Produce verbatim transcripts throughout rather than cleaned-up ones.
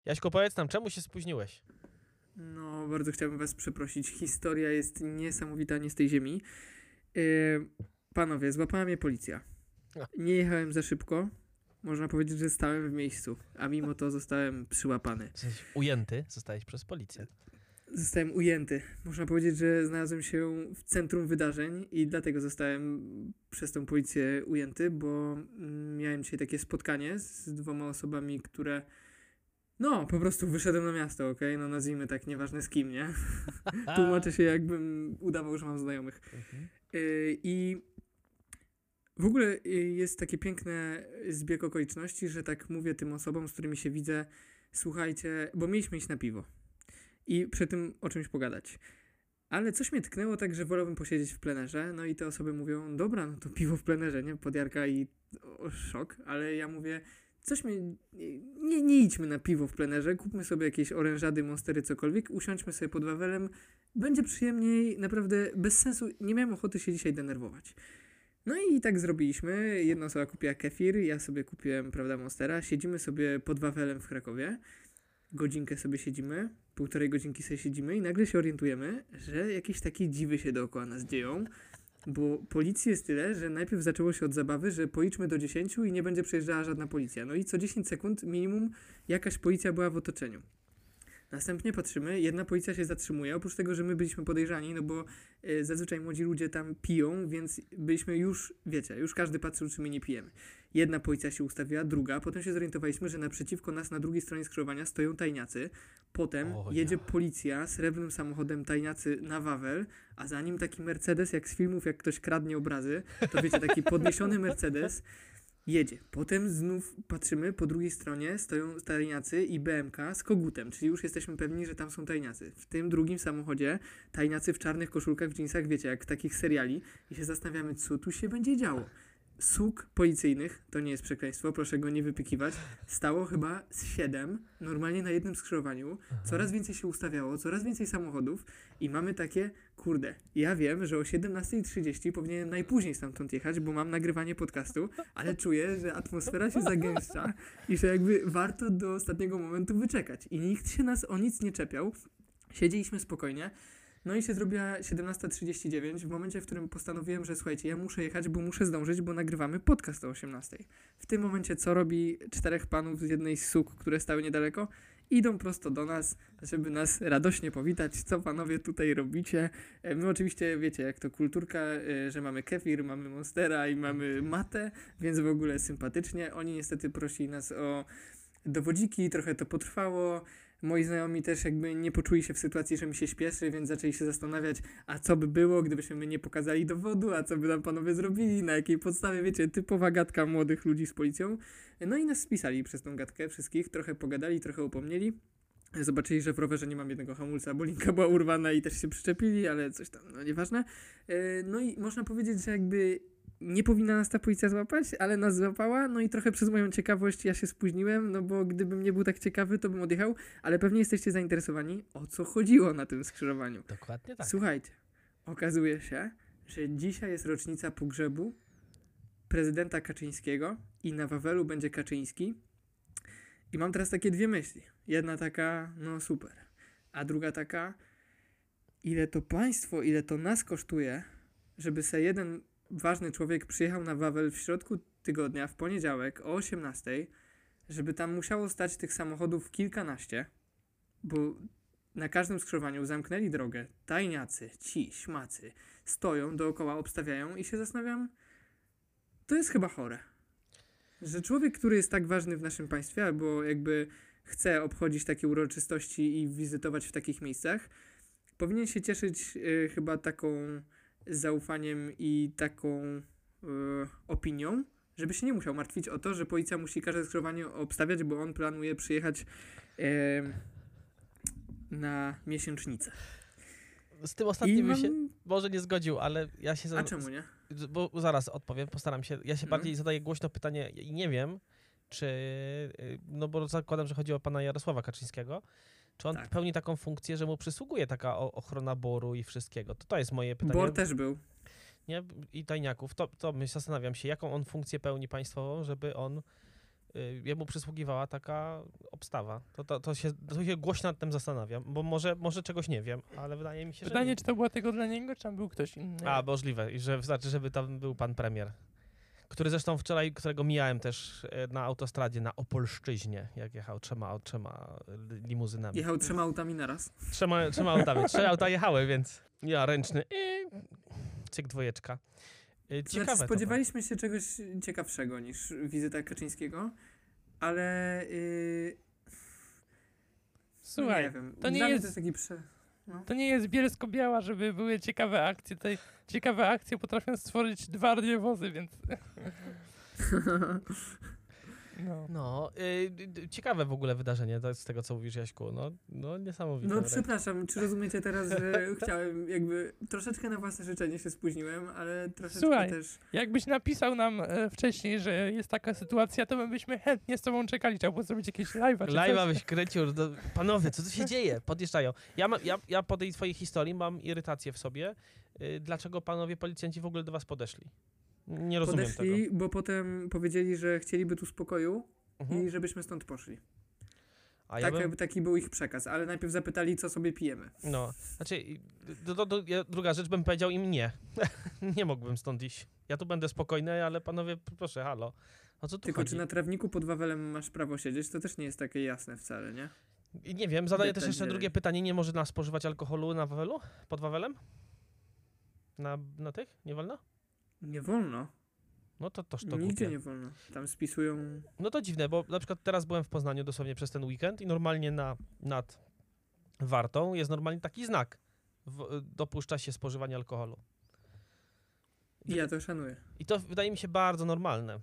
Jaśku, powiedz nam, czemu się spóźniłeś? No, bardzo chciałbym was przeprosić. Historia jest niesamowita, nie z tej ziemi. Yy, panowie, złapała mnie policja. Nie jechałem za szybko. Można powiedzieć, że stałem w miejscu, a mimo to zostałem przyłapany. Jesteś ujęty, zostałeś przez policję. Zostałem ujęty. Można powiedzieć, że znalazłem się w centrum wydarzeń i dlatego zostałem przez tą policję ujęty, bo miałem dzisiaj takie spotkanie z dwoma osobami, które... No, po prostu wyszedłem na miasto, okej? Okay? No nazwijmy tak, nieważne z kim, nie? Tłumaczę się, jakbym udawał, że mam znajomych. Mhm. Yy, I w ogóle jest takie piękne zbieg okoliczności, że tak mówię tym osobom, z którymi się widzę, słuchajcie, bo mieliśmy iść na piwo i przy tym o czymś pogadać. Ale coś mnie tknęło tak, że wolałbym posiedzieć w plenerze, no i te osoby mówią, dobra, no to piwo w plenerze, nie? Podjarka i o, szok, ale ja mówię, coś mnie, nie, nie idźmy na piwo w plenerze, kupmy sobie jakieś orężady, monstery, cokolwiek, usiądźmy sobie pod Wawelem, będzie przyjemniej, naprawdę bez sensu, nie miałem ochoty się dzisiaj denerwować. No i tak zrobiliśmy, jedna osoba kupiła kefir, ja sobie kupiłem, prawda, monstera, siedzimy sobie pod Wawelem w Krakowie, godzinkę sobie siedzimy, półtorej godzinki sobie siedzimy i nagle się orientujemy, że jakieś takie dziwy się dookoła nas dzieją, bo policji jest tyle, że najpierw zaczęło się od zabawy, że policzmy do dziesięciu i nie będzie przejeżdżała żadna policja. No i co dziesięć sekund minimum jakaś policja była w otoczeniu. Następnie patrzymy, jedna policja się zatrzymuje, oprócz tego, że my byliśmy podejrzani, no bo y, zazwyczaj młodzi ludzie tam piją, więc byliśmy już, wiecie, już każdy patrzył, czy my nie pijemy. Jedna policja się ustawiła, druga, potem się zorientowaliśmy, że naprzeciwko nas na drugiej stronie skrzyżowania stoją tajniacy, potem O, jedzie ja. policja srebrnym samochodem tajniacy na Wawel, a za nim taki Mercedes, jak z filmów, jak ktoś kradnie obrazy, to wiecie, taki podniesiony Mercedes, jedzie. Potem znów patrzymy, po drugiej stronie stoją tajniacy i B M K z kogutem, czyli już jesteśmy pewni, że tam są tajniacy. W tym drugim samochodzie tajniacy w czarnych koszulkach, w dżinsach, wiecie, jak takich seriali i się zastanawiamy, co tu się będzie działo. Sług policyjnych, to nie jest przekleństwo, proszę go nie wypykiwać, stało chyba z siedem, normalnie na jednym skrzyżowaniu, coraz więcej się ustawiało, coraz więcej samochodów i mamy takie, kurde, ja wiem, że o siedemnasta trzydzieści powinienem najpóźniej stamtąd jechać, bo mam nagrywanie podcastu, ale czuję, że atmosfera się zagęszcza i że jakby warto do ostatniego momentu wyczekać i nikt się nas o nic nie czepiał, siedzieliśmy spokojnie. No i się zrobiła siedemnasta trzydzieści dziewięć w momencie, w którym postanowiłem, że słuchajcie, ja muszę jechać, bo muszę zdążyć, bo nagrywamy podcast o osiemnastej. W tym momencie co robi czterech panów z jednej z suk, które stały niedaleko? Idą prosto do nas, żeby nas radośnie powitać, co panowie tutaj robicie. My oczywiście, wiecie, jak to kulturka, że mamy kefir, mamy monstera i mamy matę, więc w ogóle sympatycznie. Oni niestety prosili nas o dowodziki, trochę to potrwało. Moi znajomi też jakby nie poczuli się w sytuacji, że mi się śpieszy, więc zaczęli się zastanawiać, a co by było, gdybyśmy my nie pokazali dowodu, a co by tam panowie zrobili, na jakiej podstawie, wiecie, typowa gadka młodych ludzi z policją. No i nas spisali przez tą gadkę wszystkich, trochę pogadali, trochę upomnieli. Zobaczyli, że w rowerze nie mam jednego hamulca, bo linka była urwana i też się przyczepili, ale coś tam, no nieważne. No i można powiedzieć, że jakby nie powinna nas ta policja złapać, ale nas złapała, no i trochę przez moją ciekawość ja się spóźniłem, no bo gdybym nie był tak ciekawy, to bym odjechał, ale pewnie jesteście zainteresowani, o co chodziło na tym skrzyżowaniu. Dokładnie tak. Słuchajcie, okazuje się, że dzisiaj jest rocznica pogrzebu prezydenta Kaczyńskiego i na Wawelu będzie Kaczyński i mam teraz takie dwie myśli. Jedna taka, no super, a druga taka, ile to państwo, ile to nas kosztuje, żeby se jeden ważny człowiek przyjechał na Wawel w środku tygodnia, w poniedziałek o osiemnastej, żeby tam musiało stać tych samochodów kilkanaście, bo na każdym skrzyżowaniu zamknęli drogę, tajniacy, ci, śmacy, stoją dookoła, obstawiają i się zastanawiam, to jest chyba chore. Że człowiek, który jest tak ważny w naszym państwie, albo jakby chce obchodzić takie uroczystości i wizytować w takich miejscach, powinien się cieszyć y, chyba taką zaufaniem i taką y, opinią, żeby się nie musiał martwić o to, że policja musi każde skrzyżowanie obstawiać, bo on planuje przyjechać y, na miesięcznicę. Z tym ostatnim mam... bym się może nie zgodził, ale ja się... A czemu nie? Bo zaraz odpowiem, postaram się. Ja się no. bardziej zadaję głośno pytanie i nie wiem, czy... No bo zakładam, że chodzi o pana Jarosława Kaczyńskiego. Czy on tak. pełni taką funkcję, że mu przysługuje taka ochrona boru i wszystkiego? To to jest moje pytanie. Bor też był. Nie? I tajniaków. To, to my zastanawiam się, jaką on funkcję pełni państwową, żeby on y, jemu przysługiwała taka obstawa. To, to, to, się, to się głośno nad tym zastanawiam, bo może, może czegoś nie wiem, ale wydaje mi się, że Pytanie, nie. czy to było tego dla niego, czy tam był ktoś inny? A, możliwe. I że znaczy, żeby tam był pan premier. Który zresztą wczoraj, którego mijałem też e, na autostradzie na Opolszczyźnie, jak jechał trzema, trzema limuzynami. Jechał trzema autami naraz. Trzema, trzema autami. Trzy auta jechały, więc ja ręczny i cyk dwojeczka. E, Ciekawe Znaczy, to spodziewaliśmy się czegoś ciekawszego niż wizyta Kaczyńskiego, ale yy, Słuchaj, nie wiem. to nie Dla mnie jest- to jest taki prze... No. to nie jest Bielsko-Biała, żeby były ciekawe akcje. Tutaj ciekawe akcje potrafią stworzyć dwa radiowozy, więc... No. No, y, y, ciekawe w ogóle wydarzenie to z tego, co mówisz, Jaśku. No, no niesamowite. No wręcz. przepraszam, czy rozumiecie teraz, że chciałem jakby troszeczkę na własne życzenie się spóźniłem, ale troszeczkę Słuchaj, też... Jakbyś napisał nam e, wcześniej, że jest taka sytuacja, to my byśmy chętnie z tobą czekali. Trzeba było zrobić jakieś live'a czy Live'a coś. byś kręcił. No, panowie, co tu się dzieje? Podjeżdżają. Ja, ma, ja, ja po tej twojej historii mam irytację w sobie. Y, dlaczego panowie policjanci w ogóle do was podeszli? Nie rozumiem Podeszli, tego. bo potem powiedzieli, że chcieliby tu spokoju Mhm. i żebyśmy stąd poszli. A ja Tak, bym... jakby taki był ich przekaz, ale najpierw zapytali, co sobie pijemy. No, znaczy, do, do, do, ja, druga rzecz, bym powiedział im nie. Nie mógłbym stąd iść. Ja tu będę spokojny, ale panowie, proszę, halo. O co tu Tylko chodzi? czy na trawniku pod Wawelem masz prawo siedzieć, to też nie jest takie jasne wcale, nie? I nie wiem, zadaję też Detal jeszcze dzieje. drugie pytanie. Nie można spożywać alkoholu na Wawelu? Pod Wawelem? Na, na tych? Nie wolno? Nie wolno. No to toż to Nigdzie głupie. nie wolno. Tam spisują... No to dziwne, bo na przykład teraz byłem w Poznaniu dosłownie przez ten weekend i normalnie na, nad Wartą jest normalnie taki znak. W, dopuszcza się spożywania alkoholu. I ja to szanuję. I to wydaje mi się bardzo normalne.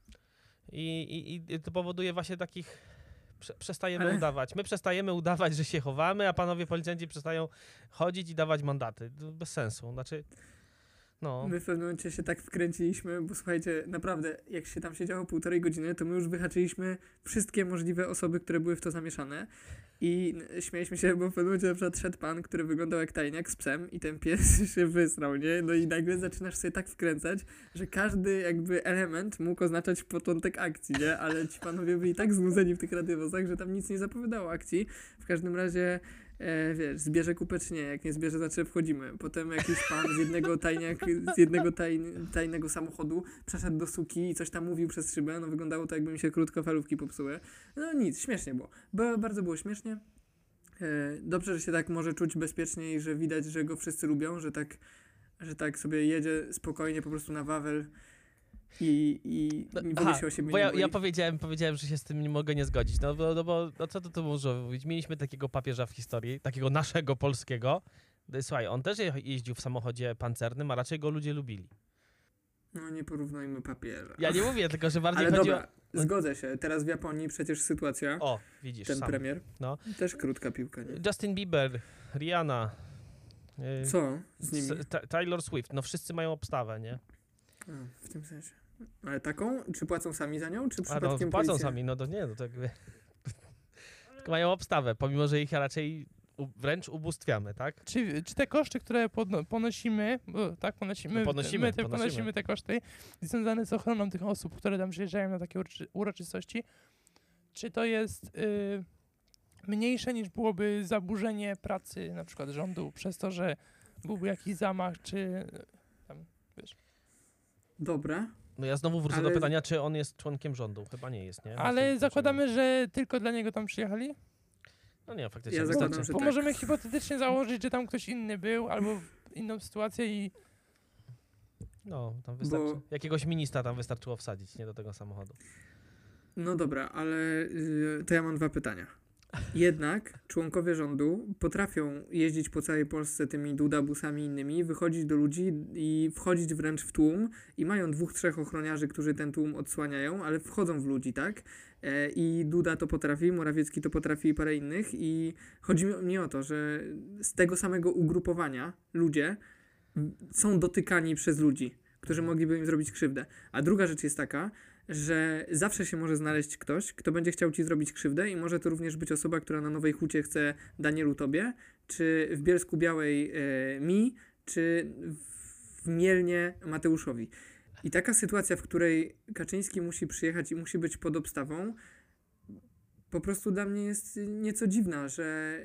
I, i, i to powoduje właśnie takich... Prze, przestajemy Ale- udawać. My przestajemy udawać, że się chowamy, a panowie policjanci przestają chodzić i dawać mandaty. To bez sensu. Znaczy... No. My w pewnym momencie się tak wkręciliśmy, bo słuchajcie, naprawdę, jak się tam siedziało półtorej godziny, to my już wyhaczyliśmy wszystkie możliwe osoby, które były w to zamieszane i n- śmialiśmy się, bo w pewnym momencie na przykład szedł pan, który wyglądał jak tajniak z psem i ten pies się wysrał, nie? No i nagle zaczynasz sobie tak wkręcać, że każdy jakby element mógł oznaczać początek akcji, nie? Ale ci panowie byli tak znudzeni w tych radiowozach, że tam nic nie zapowiadało akcji. W każdym razie E, wiesz, zbierze kupę czy nie, jak nie zbierze, znaczy wchodzimy. Potem jakiś pan z jednego, tajniak, z jednego tajn, tajnego samochodu przeszedł do suki i coś tam mówił przez szybę, no wyglądało to, jakby mi się krótkofalówki popsuły. No nic, śmiesznie było. Bo, bardzo było śmiesznie. E, dobrze, że się tak może czuć bezpiecznie i że widać, że go wszyscy lubią, że tak, że tak sobie jedzie spokojnie po prostu na Wawel i, i w ogóle Aha, się o siebie bo nie ja, boi. ja powiedziałem, powiedziałem, że się z tym nie mogę nie zgodzić. No bo, no bo no co tu, tu można mówić? Mieliśmy takiego papieża w historii, takiego naszego polskiego. Słuchaj, on też je- jeździł w samochodzie pancernym, a raczej go ludzie lubili. No nie porównujmy papieża. Ja nie mówię, tylko że bardziej Ale chodzi dobra, zgodzę się. Teraz w Japonii przecież sytuacja, o... O, widzisz, ten sam. premier, No. też krótka piłka, nie? Justin Bieber, Rihanna, y, Co z nimi? S- Ta- Taylor Swift, no wszyscy mają obstawę, nie? A, w tym sensie. Ale taką? Czy płacą sami za nią, czy A no, przypadkiem płacą policja? sami, no to nie, no to jakby... Tylko mają obstawę, pomimo, że ich raczej u, wręcz ubóstwiamy, tak? Czy, czy te koszty, które podno, ponosimy, bo tak ponosimy, No ponosimy, my te ponosimy. ponosimy te koszty związane z ochroną tych osób, które tam przyjeżdżają na takie uroczy, uroczystości, czy to jest y, mniejsze niż byłoby zaburzenie pracy na przykład rządu przez to, że byłby jakiś zamach, czy tam, wiesz. Dobra. No ja znowu wrócę Ale- do pytania, czy on jest członkiem rządu. Chyba nie jest, nie? Ale Znaczy, zakładamy, że tylko dla niego tam przyjechali? No nie, faktycznie. Ja wystarczy. zakładam, że Bo tak. możemy hipotetycznie założyć, że tam ktoś inny był, albo w inną sytuację i No, tam wystarczy. Bo- Jakiegoś ministra tam wystarczyło wsadzić, nie do tego samochodu. No dobra, ale y, to ja mam dwa pytania. Jednak członkowie rządu potrafią jeździć po całej Polsce tymi dudabusami innymi, wychodzić do ludzi i wchodzić wręcz w tłum i mają dwóch, trzech ochroniarzy, którzy ten tłum odsłaniają, ale wchodzą w ludzi, tak? E, I Duda to potrafi, Morawiecki to potrafi i parę innych i chodzi mi- mi o to, że z tego samego ugrupowania ludzie m, są dotykani przez ludzi, którzy mogliby im zrobić krzywdę. A druga rzecz jest taka, że zawsze się może znaleźć ktoś, kto będzie chciał ci zrobić krzywdę i może to również być osoba, która na Nowej Hucie chce Danielu tobie, czy w Bielsku Białej e, mi, czy w Mielnie Mateuszowi. I taka sytuacja, w której Kaczyński musi przyjechać i musi być pod obstawą, po prostu dla mnie jest nieco dziwna, że,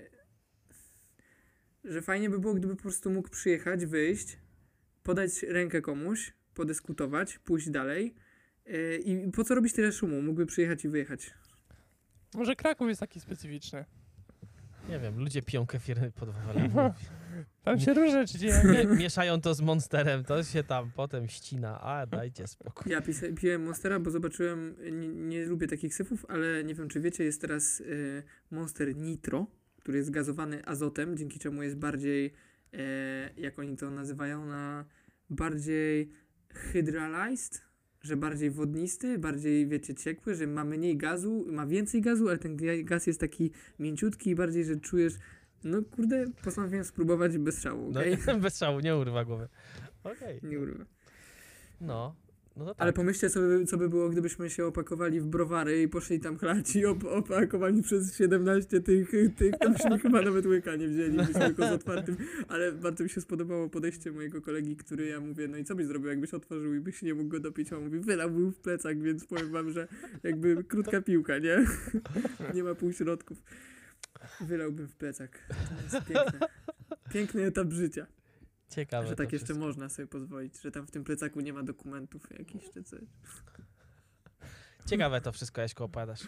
że fajnie by było, gdyby po prostu mógł przyjechać, wyjść, podać rękę komuś, podyskutować, pójść dalej. Yy, I po co robić tyle szumu? Mógłby przyjechać i wyjechać. Może Kraków jest taki specyficzny. Nie wiem, ludzie piją kefiry pod Wawelem. Tam się różne rzeczy dzieją. Mie- mieszają to z Monsterem, to się tam potem ścina. A, dajcie spokój. Ja pisa- piłem Monstera, bo zobaczyłem, nie, nie lubię takich syfów, ale nie wiem czy wiecie, jest teraz y, Monster Nitro, który jest gazowany azotem, dzięki czemu jest bardziej, e, jak oni to nazywają, na bardziej hydralized, że bardziej wodnisty, bardziej, wiecie, ciekły, że ma mniej gazu, ma więcej gazu, ale ten ga- gaz jest taki mięciutki i bardziej, że czujesz, no kurde, postanowiłem spróbować bez szału, No, okej? bez szału, nie urwa głowy. Okej. Nie urywa. No, no to tak. Ale pomyślcie sobie, co by było, gdybyśmy się opakowali w browary i poszli tam chlać i op- opakowani przez siedemnaście tych, tych, to byśmy chyba nawet łyka nie wzięli, byśmy tylko z otwartym, ale bardzo mi się spodobało podejście mojego kolegi, który ja mówię, no i co byś zrobił, jakbyś otworzył i byś nie mógł go dopić, a on mówi, wylał był w plecak, więc powiem wam, że jakby krótka piłka, nie? Nie ma półśrodków. Wylałbym w plecak. To jest piękne. Piękny etap życia. Ciekawe. Że tak to jeszcze wszystko. można sobie pozwolić, że tam w tym plecaku nie ma dokumentów jakichś czy coś. Ciekawe to wszystko, Jaśko, opowiadasz.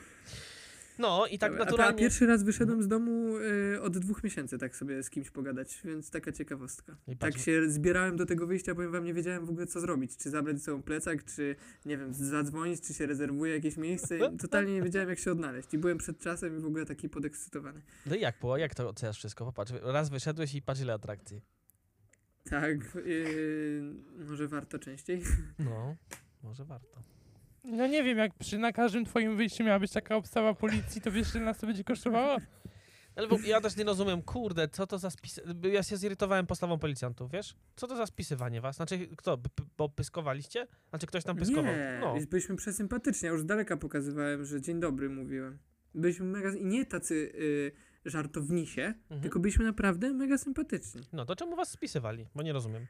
No i tak a, naturalnie... A pierwszy raz wyszedłem z domu y, od dwóch miesięcy, tak sobie z kimś pogadać, więc taka ciekawostka. I Tak patrz- się zbierałem do tego wyjścia, powiem wam, nie wiedziałem w ogóle co zrobić. Czy zabrać ze sobą plecak, czy nie wiem, zadzwonić, czy się rezerwuje jakieś miejsce. Totalnie nie wiedziałem jak się odnaleźć. I byłem przed czasem i w ogóle taki podekscytowany. No i jak było? Jak to oceniasz wszystko? Popatrz, raz wyszedłeś i patrz ile atrakcji. Tak, y, może warto częściej. No, może warto. No nie wiem, jak przy na każdym twoim wyjściu miała być taka obstawa policji, to wiesz, ile nas to będzie kosztowało? Ale bo ja też nie rozumiem, kurde, co to za spis... Ja się zirytowałem postawą policjantów, wiesz? Co to za spisywanie was? Znaczy, kto, b- b- bo pyskowaliście? Znaczy, ktoś tam pyskował? Nie, No. byliśmy przesympatyczni. Ja już z daleka pokazywałem, że dzień dobry mówiłem. Byliśmy mega, i nie tacy y, żartownisie, Mhm. tylko byliśmy naprawdę mega sympatyczni. No, to czemu was spisywali? Bo nie rozumiem.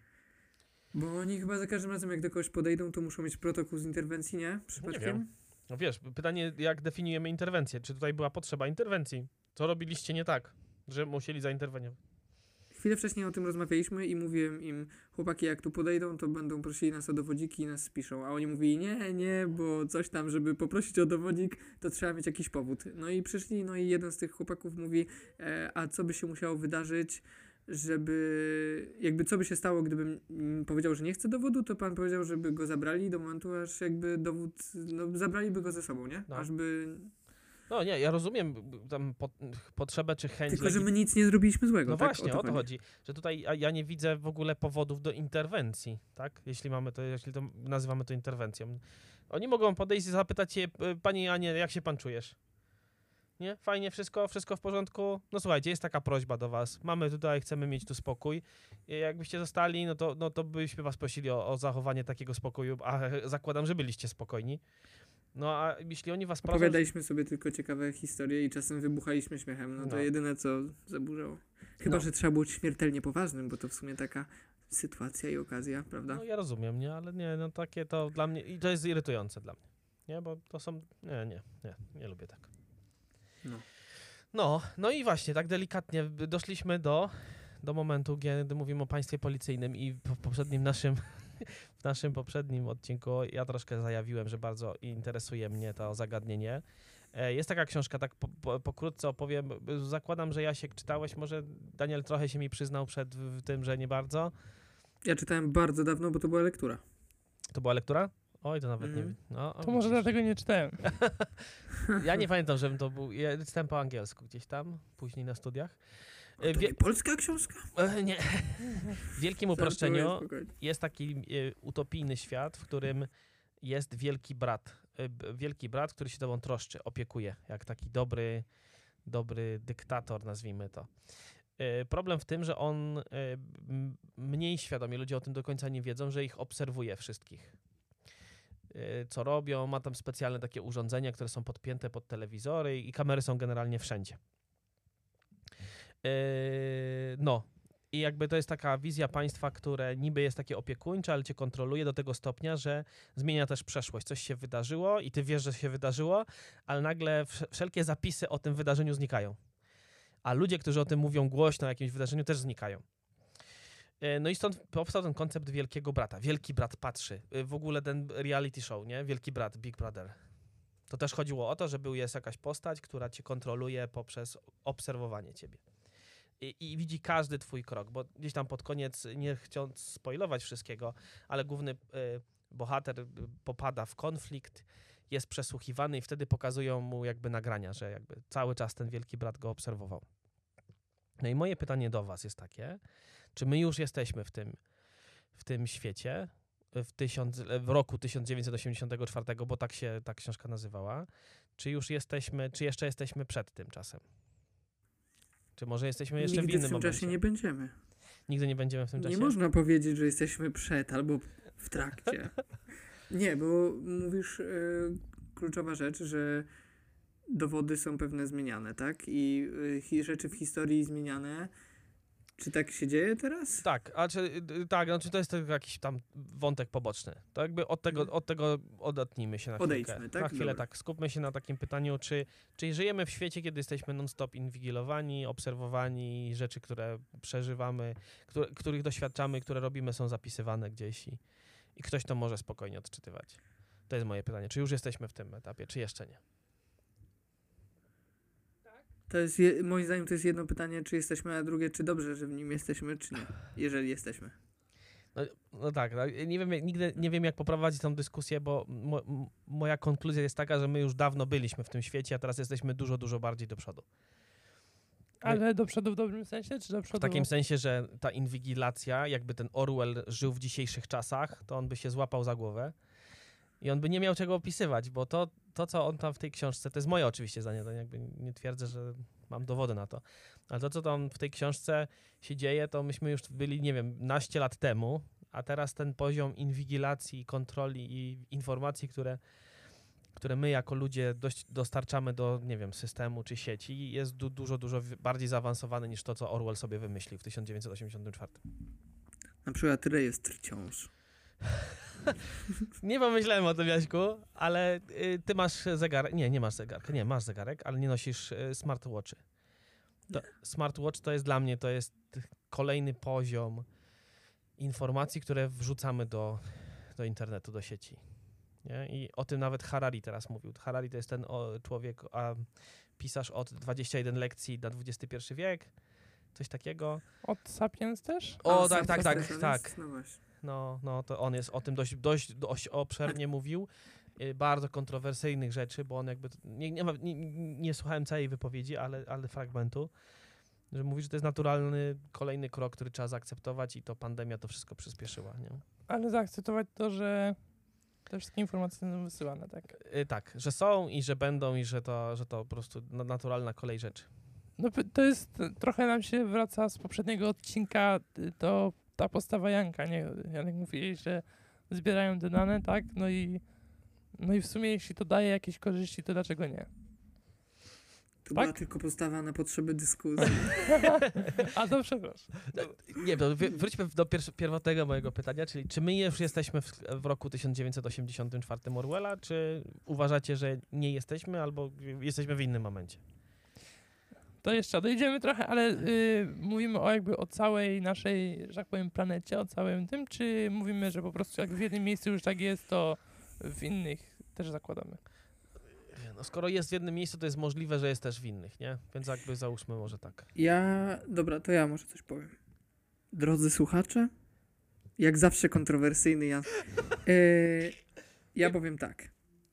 Bo oni chyba za każdym razem, jak do kogoś podejdą, to muszą mieć protokół z interwencji, nie? Przypadkiem? wiem. No wiesz, pytanie, jak definiujemy interwencję? Czy tutaj była potrzeba interwencji? Co robiliście nie tak, że musieli zainterweniować? Chwilę wcześniej o tym rozmawialiśmy i mówiłem im, chłopaki, jak tu podejdą, to będą prosili nas o dowodiki i nas spiszą. A oni mówili, nie, nie, bo coś tam, żeby poprosić o dowodzik, to trzeba mieć jakiś powód. No i przyszli, no i jeden z tych chłopaków mówi, e, a co by się musiało wydarzyć, żeby, jakby co by się stało, gdybym mm, powiedział, że nie chcę dowodu, to pan powiedział, żeby go zabrali do momentu, aż jakby dowód, no zabraliby go ze sobą, nie? No. Aż by... No nie, ja rozumiem b- tam po, potrzebę czy chęć... Tylko, że legi- my nic nie zrobiliśmy złego, No tak? właśnie, o to chodzi. Że tutaj ja, ja nie widzę w ogóle powodów do interwencji, tak? Jeśli mamy to, jeśli to nazywamy to interwencją. Oni mogą podejść i zapytać się, "P- pani Anie, jak się pan czujesz? Nie? Fajnie, wszystko, wszystko w porządku? No słuchajcie, jest taka prośba do was. Mamy tutaj, chcemy mieć tu spokój. I jakbyście zostali, no to, no to byśmy was prosili o, o zachowanie takiego spokoju, a zakładam, że byliście spokojni. No a jeśli oni was proszą... Opowiadaliśmy sobie tylko ciekawe historie i czasem wybuchaliśmy śmiechem. No to No. jedyne, co zaburzało. Chyba, No. że trzeba było być śmiertelnie poważnym, bo to w sumie taka sytuacja i okazja, prawda? No ja rozumiem, nie? Ale nie, no takie to dla mnie... I to jest irytujące dla mnie. Nie? Bo to są... Nie, nie, nie. Nie lubię tak. No. No, no i właśnie, tak delikatnie doszliśmy do, do momentu, kiedy mówimy o państwie policyjnym i w poprzednim naszym, w naszym poprzednim odcinku ja troszkę zajawiłem, że bardzo interesuje mnie to zagadnienie. E, Jest taka książka, tak po, po, pokrótce opowiem, zakładam, że Jasiek czytałeś, może Daniel trochę się mi przyznał przed w tym, że nie bardzo. Ja czytałem bardzo dawno, bo to była lektura. To była lektura? Oj, to nawet Mhm. nie... No, o, To może widzisz. dlatego nie czytałem. Ja nie pamiętam, żebym to był... Ja czytałem po angielsku gdzieś tam, później na studiach. A E, to wie- nie polska książka? e, Nie. W wielkim uproszczeniu Żartuję, spokojnie. jest taki e, utopijny świat, w którym jest wielki brat. E, b- wielki brat, który się tobą troszczy, opiekuje, jak taki dobry, dobry dyktator, nazwijmy to. E, Problem w tym, że on e, m- mniej świadomie, ludzie o tym do końca nie wiedzą, że ich obserwuje wszystkich. E, Co robią, ma tam specjalne takie urządzenia, które są podpięte pod telewizory i kamery są generalnie wszędzie. E, No I jakby to jest taka wizja państwa, które niby jest takie opiekuńcze, ale cię kontroluje do tego stopnia, że zmienia też przeszłość. Coś się wydarzyło i ty wiesz, że się wydarzyło, ale nagle wszelkie zapisy o tym wydarzeniu znikają. A ludzie, którzy o tym mówią głośno o jakimś wydarzeniu, też znikają. No i stąd powstał ten koncept Wielkiego Brata. Wielki Brat patrzy. W ogóle ten reality show, nie? Wielki Brat, Big Brother. To też chodziło o to, że był jest jakaś postać, która cię kontroluje poprzez obserwowanie ciebie. I, i widzi każdy twój krok, bo gdzieś tam pod koniec, nie chcąc spoilować wszystkiego, ale główny y, bohater y, popada w konflikt, jest przesłuchiwany i wtedy pokazują mu jakby nagrania, że jakby cały czas ten Wielki Brat go obserwował. No i moje pytanie do was jest takie, czy my już jesteśmy w tym, w tym świecie, w, tysiąc, w roku tysiąc dziewięćset osiemdziesiątego czwartego, bo tak się ta książka nazywała, czy już jesteśmy, czy jeszcze jesteśmy przed tym czasem? Czy może jesteśmy jeszcze Nigdy w innym w tym momencie? czasie nie będziemy. Nigdy nie będziemy w tym czasie? Nie można powiedzieć, że jesteśmy przed albo w trakcie. Nie, bo mówisz y, kluczowa rzecz, że dowody są pewne zmieniane, tak? I y, rzeczy w historii zmieniane. Czy tak się dzieje teraz? Tak, a czy, y, tak, znaczy to jest tylko jakiś tam wątek poboczny. To jakby od tego, od tego odatnijmy się na chwilę. Odejdźmy, tak? Na chwilę Dobra. tak. Skupmy się na takim pytaniu, czy, czy żyjemy w świecie, kiedy jesteśmy non-stop inwigilowani, obserwowani, rzeczy, które przeżywamy, które, których doświadczamy, które robimy, są zapisywane gdzieś i, i ktoś to może spokojnie odczytywać. To jest moje pytanie. Czy już jesteśmy w tym etapie, czy jeszcze nie? To jest, je, moim zdaniem to jest jedno pytanie, czy jesteśmy, a drugie, czy dobrze, że w nim jesteśmy, czy nie, jeżeli jesteśmy. No, no tak, no, nie wiem, jak- nigdy nie wiem jak poprowadzić tą dyskusję, bo mo, m- moja konkluzja jest taka, że my już dawno byliśmy w tym świecie, a teraz jesteśmy dużo, dużo bardziej do przodu. Ale do przodu w dobrym sensie, czy do przodu? W takim sensie, że ta inwigilacja, jakby ten Orwell żył w dzisiejszych czasach, to on by się złapał za głowę i on by nie miał czego opisywać, bo to, to co on tam w tej książce, to jest moje oczywiście zdanie, to jakby nie twierdzę, że mam dowody na to, ale to co tam w tej książce się dzieje, to myśmy już byli, nie wiem, naście lat temu, a teraz ten poziom inwigilacji, kontroli i informacji, które, które my jako ludzie dość dostarczamy do, nie wiem, systemu czy sieci, jest du- dużo, dużo wi- bardziej zaawansowany niż to, co Orwell sobie wymyślił w tysiąc dziewięćset osiemdziesiątym czwartym. Na przykład rejestr ciąż. Nie pomyślałem o tym, Jaśku, ale y, ty masz zegarek. Nie, nie masz zegarka. Nie, masz zegarek, ale nie nosisz y, smartwatchy. To, smartwatch to jest dla mnie, to jest kolejny poziom informacji, które wrzucamy do, do internetu, do sieci. Nie? I o tym nawet Harari teraz mówił. Harari to jest ten o, człowiek, a, pisarz od dwudziestu jeden lekcji na dwudziesty pierwszy wiek, coś takiego. Od Sapiens też? O, A, tak, sam tak, tak, Sapiens, tak. No właśnie. No, no, to on jest o tym dość, dość, dość obszernie mówił, y, bardzo kontrowersyjnych rzeczy, bo on jakby, nie, nie, ma, nie, nie słuchałem całej wypowiedzi, ale, ale fragmentu, że mówi, że to jest naturalny kolejny krok, który trzeba zaakceptować i to pandemia to wszystko przyspieszyła, nie? Ale zaakceptować to, że te wszystkie informacje są wysyłane, tak? Y, tak, że są i że będą i że to, że to po prostu na- naturalna kolej rzeczy. No p- to jest, trochę nam się wraca z poprzedniego odcinka, y, to ta postawa Janka, nie? Janek mówi, że zbierają te dane, tak? No i, no i w sumie jeśli to daje jakieś korzyści, to dlaczego nie? To Tak? była tylko postawa na potrzeby dyskusji. A to przepraszam. Nie, to wr- wróćmy do pier- pierwotnego mojego pytania, czyli czy my już jesteśmy w, w roku tysiąc dziewięćset osiemdziesiątym czwartym Orwella, czy uważacie, że nie jesteśmy albo jesteśmy w innym momencie? To jeszcze odejdziemy trochę, ale y, mówimy o jakby o całej naszej, że tak powiem, planecie, o całym tym, czy mówimy, że po prostu jak w jednym miejscu już tak jest, to w innych też zakładamy? No, skoro jest w jednym miejscu, to jest możliwe, że jest też w innych, nie? Więc jakby załóżmy może tak. Ja, dobra, to ja może coś powiem. Drodzy słuchacze, jak zawsze kontrowersyjny Jan. E, ja powiem tak.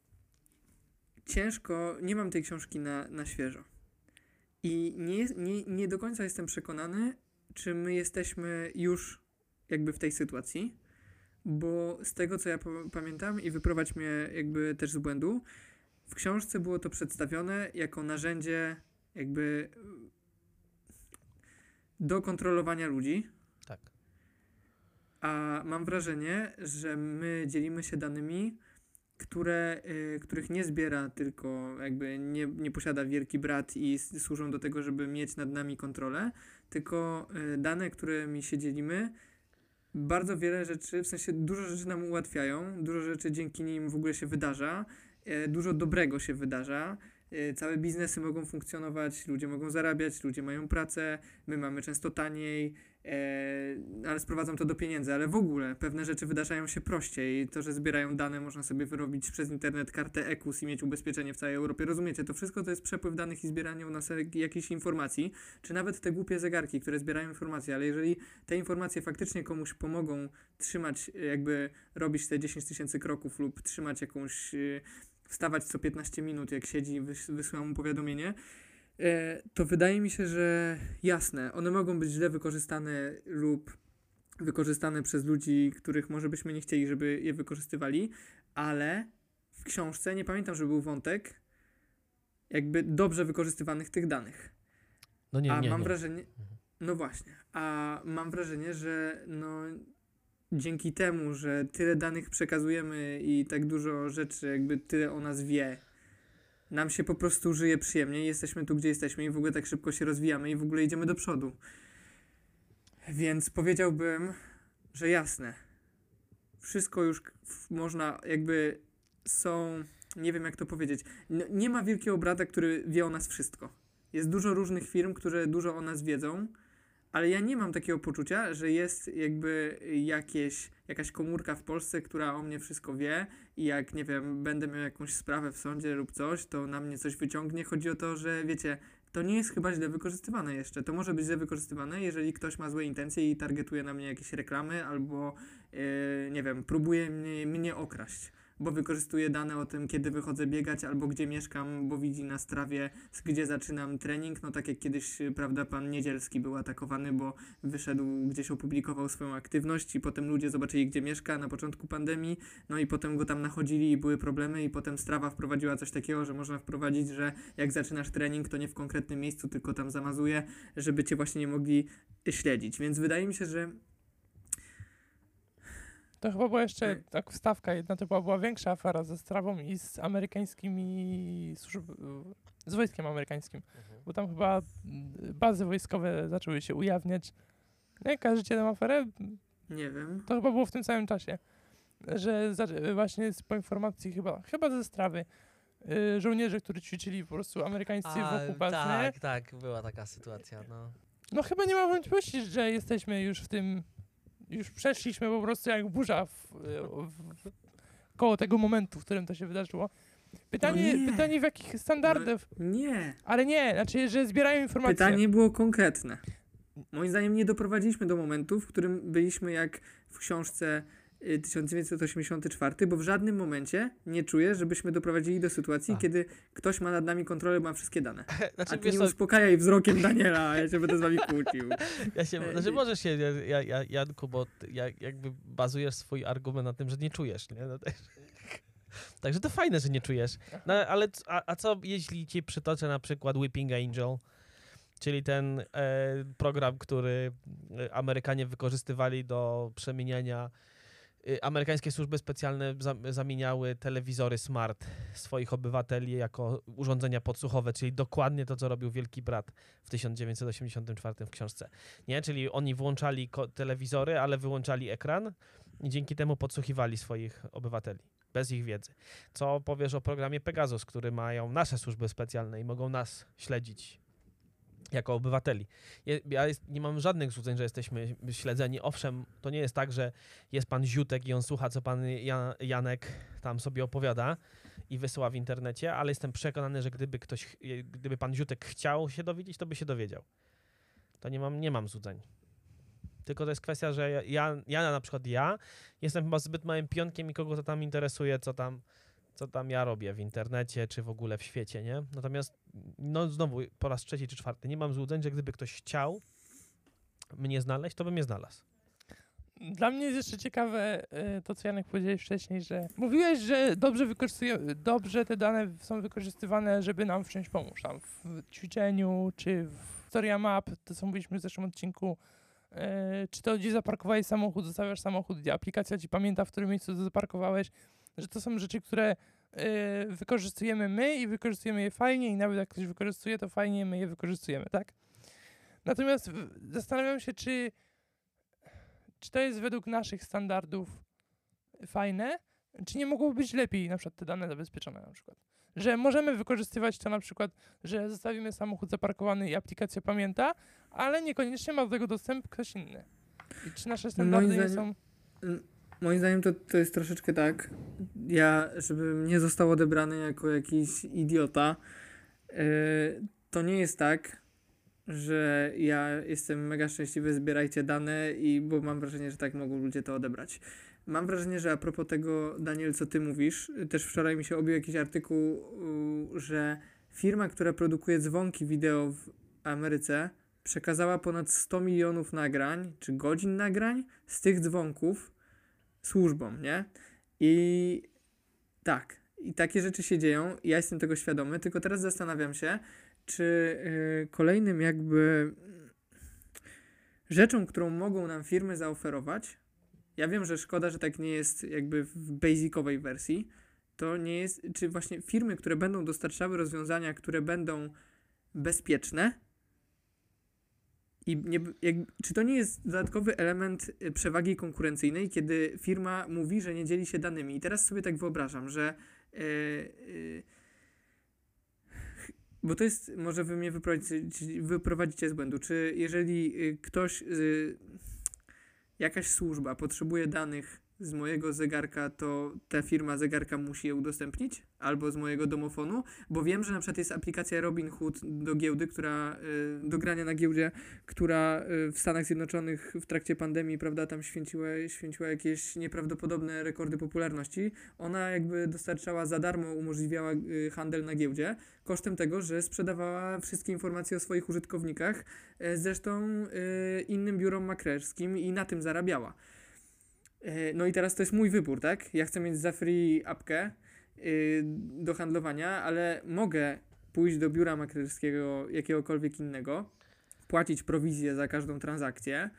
Ciężko, nie mam tej książki na, na świeżo. I nie, nie, nie do końca jestem przekonany, czy my jesteśmy już jakby w tej sytuacji, bo z tego, co ja po, pamiętam i wyprowadź mnie jakby też z błędu, w książce było to przedstawione jako narzędzie jakby do kontrolowania ludzi, Tak. a mam wrażenie, że my dzielimy się danymi które, y, których nie zbiera, tylko jakby nie, nie posiada wielki brat i s- służą do tego, żeby mieć nad nami kontrolę, tylko y, dane, którymi się dzielimy, bardzo wiele rzeczy, w sensie dużo rzeczy nam ułatwiają, dużo rzeczy dzięki nim w ogóle się wydarza, e, dużo dobrego się wydarza, e, całe biznesy mogą funkcjonować, ludzie mogą zarabiać, ludzie mają pracę, my mamy często taniej, e, ale sprowadzam to do pieniędzy, ale w ogóle pewne rzeczy wydarzają się prościej. To, że zbierają dane, można sobie wyrobić przez internet kartę E K U S i mieć ubezpieczenie w całej Europie. Rozumiecie, to wszystko to jest przepływ danych i zbieranie u nas jak- jakichś informacji, czy nawet te głupie zegarki, które zbierają informacje, ale jeżeli te informacje faktycznie komuś pomogą trzymać, e, jakby robić te dziesięć tysięcy kroków lub trzymać jakąś, e, wstawać co piętnaście minut, jak siedzi i wys- wysyłam mu powiadomienie, e, to wydaje mi się, że jasne, one mogą być źle wykorzystane lub wykorzystane przez ludzi, których może byśmy nie chcieli, żeby je wykorzystywali, ale w książce nie pamiętam, żeby był wątek jakby dobrze wykorzystywanych tych danych. No nie, A nie, mam nie. wrażenie, no właśnie, a mam wrażenie, że no dzięki temu, że tyle danych przekazujemy i tak dużo rzeczy, jakby tyle o nas wie, nam się po prostu żyje przyjemnie, jesteśmy tu, gdzie jesteśmy i w ogóle tak szybko się rozwijamy i w ogóle idziemy do przodu. Więc powiedziałbym, że jasne, wszystko już k- w- można jakby są, nie wiem jak to powiedzieć, N- nie ma wielkiego brata, który wie o nas wszystko. Jest dużo różnych firm, które dużo o nas wiedzą, ale ja nie mam takiego poczucia, że jest jakby jakieś, jakaś komórka w Polsce, która o mnie wszystko wie i jak, nie wiem, będę miał jakąś sprawę w sądzie lub coś, to na mnie coś wyciągnie. Chodzi o to, że wiecie, to nie jest chyba źle wykorzystywane jeszcze. To może być źle wykorzystywane, jeżeli ktoś ma złe intencje i targetuje na mnie jakieś reklamy albo, yy, nie wiem, próbuje mnie, mnie okraść, bo wykorzystuje dane o tym, kiedy wychodzę biegać albo gdzie mieszkam, bo widzi na strawie, z gdzie zaczynam trening. No tak jak kiedyś, y, prawda, pan Niedzielski był atakowany, bo wyszedł, gdzieś opublikował swoją aktywność i potem ludzie zobaczyli, gdzie mieszka na początku pandemii, no i potem go tam nachodzili i były problemy i potem Strava wprowadziła coś takiego, że można wprowadzić, że jak zaczynasz trening, to nie w konkretnym miejscu, tylko tam zamazuje, żeby cię właśnie nie mogli śledzić. Więc wydaje mi się, że To chyba była jeszcze E. tak wstawka jedna, to była, była większa afera ze Strawą i z amerykańskimi służb, z wojskiem amerykańskim, bo tam chyba mm, bazy wojskowe zaczęły się ujawniać. Nie, kojarzycie tę aferę? nie wiem. To chyba było w tym samym czasie, że zaczę- właśnie z, po informacji chyba, chyba ze Strawy, y, żołnierze, którzy ćwiczyli po prostu amerykańscy A, wokół bazy. tak, tak, była taka sytuacja, no. No chyba nie ma wątpliwości, że jesteśmy już w tym, już przeszliśmy po prostu jak burza w, w, w, koło tego momentu, w którym to się wydarzyło. Pytanie, No nie. pytanie w jakich standardach, Nie. ale nie, znaczy, że zbierają informacje. Pytanie było konkretne. Moim zdaniem nie doprowadziliśmy do momentu, w którym byliśmy jak w książce y, tysiąc dziewięćset osiemdziesiąty czwarty, bo w żadnym momencie nie czuję, żebyśmy doprowadzili do sytuacji, A. kiedy ktoś ma nad nami kontrolę, ma wszystkie dane. Znaczy, A ty wiesz nie co, uspokajaj wzrokiem Daniela, ja się będę z wami kłócił. ja się, e, znaczy możesz się, ja, ja, Janku, bo ty, ja, jakby bazujesz swój argument na tym, że nie czujesz, nie? No, tak. Także to fajne, że nie czujesz. No, ale c- a, a co jeśli ci przytoczę na przykład Weeping Angel, czyli ten e, program, który e, Amerykanie wykorzystywali do przemieniania. e, Amerykańskie służby specjalne za, zamieniały telewizory smart swoich obywateli jako urządzenia podsłuchowe, czyli dokładnie to, co robił Wielki Brat w tysiąc dziewięćset osiemdziesiątym czwartym w książce. Nie? Czyli oni włączali ko- telewizory, ale wyłączali ekran i dzięki temu podsłuchiwali swoich obywateli. Bez ich wiedzy. Co powiesz o programie Pegasus, który mają nasze służby specjalne i mogą nas śledzić jako obywateli. Je, ja jest, nie mam żadnych złudzeń, że jesteśmy śledzeni. Owszem, to nie jest tak, że jest pan Ziutek i on słucha, co pan Jan, Janek tam sobie opowiada i wysyła w internecie, ale jestem przekonany, że gdyby ktoś, ch- gdyby pan Ziutek chciał się dowiedzieć, to by się dowiedział. To nie mam, nie mam złudzeń. Tylko to jest kwestia, że ja, ja, ja na przykład ja jestem chyba zbyt małym pionkiem i kogo to tam interesuje, co tam, co tam ja robię w internecie, czy w ogóle w świecie, nie? Natomiast, no znowu, po raz trzeci czy czwarty, nie mam złudzeń, że gdyby ktoś chciał mnie znaleźć, to by mnie znalazł. Dla mnie jest jeszcze ciekawe y, to, co Janek powiedziałeś wcześniej, że mówiłeś, że dobrze wykorzystuje, dobrze te dane są wykorzystywane, żeby nam w czymś pomóc, tam w ćwiczeniu, czy w historia map, to co mówiliśmy w zeszłym odcinku, y, czy to gdzie zaparkowałeś samochód, zostawiasz samochód, gdzie aplikacja ci pamięta, w którym miejscu to zaparkowałeś, że to są rzeczy, które y, wykorzystujemy my i wykorzystujemy je fajnie i nawet jak ktoś wykorzystuje, to fajnie my je wykorzystujemy, tak? Natomiast w, zastanawiam się, czy, czy to jest według naszych standardów fajne, czy nie mogłoby być lepiej na przykład te dane zabezpieczone na przykład. Że możemy wykorzystywać to na przykład, że zostawimy samochód zaparkowany i aplikacja pamięta, ale niekoniecznie ma do tego dostęp ktoś inny. I czy nasze standardy nie są... Moim zdaniem to, to jest troszeczkę tak, ja, żebym nie został odebrany jako jakiś idiota, yy, to nie jest tak, że ja jestem mega szczęśliwy, zbierajcie dane, i bo mam wrażenie, że tak mogą ludzie to odebrać. Mam wrażenie, że a propos tego, Daniel, co ty mówisz, też wczoraj mi się obił jakiś artykuł, że firma, która produkuje dzwonki wideo w Ameryce, przekazała ponad sto milionów nagrań, czy godzin nagrań z tych dzwonków służbom, nie? I tak, i takie rzeczy się dzieją, ja jestem tego świadomy, tylko teraz zastanawiam się, czy yy, kolejnym jakby rzeczą, którą mogą nam firmy zaoferować, ja wiem, że szkoda, że tak nie jest jakby w basicowej wersji, to nie jest, czy właśnie firmy, które będą dostarczały rozwiązania, które będą bezpieczne, i nie, jak, czy to nie jest dodatkowy element przewagi konkurencyjnej, kiedy firma mówi, że nie dzieli się danymi. I teraz sobie tak wyobrażam, że yy, yy, bo to jest, może wy mnie wyprowadzicie, wyprowadzicie z błędu, czy jeżeli ktoś, yy, jakaś służba potrzebuje danych z mojego zegarka, to ta firma zegarka musi je udostępnić? Albo z mojego domofonu? Bo wiem, że na przykład jest aplikacja Robinhood do giełdy, która, y, do grania na giełdzie, która y, w Stanach Zjednoczonych w trakcie pandemii, prawda, tam święciła, święciła jakieś nieprawdopodobne rekordy popularności. Ona jakby dostarczała za darmo, umożliwiała y, handel na giełdzie, kosztem tego, że sprzedawała wszystkie informacje o swoich użytkownikach, y, zresztą y, innym biurom maklerskim, i na tym zarabiała. No i teraz to jest mój wybór, tak? Ja chcę mieć za free apkę yy, do handlowania, ale mogę pójść do biura maklerskiego jakiegokolwiek innego, płacić prowizję za każdą transakcję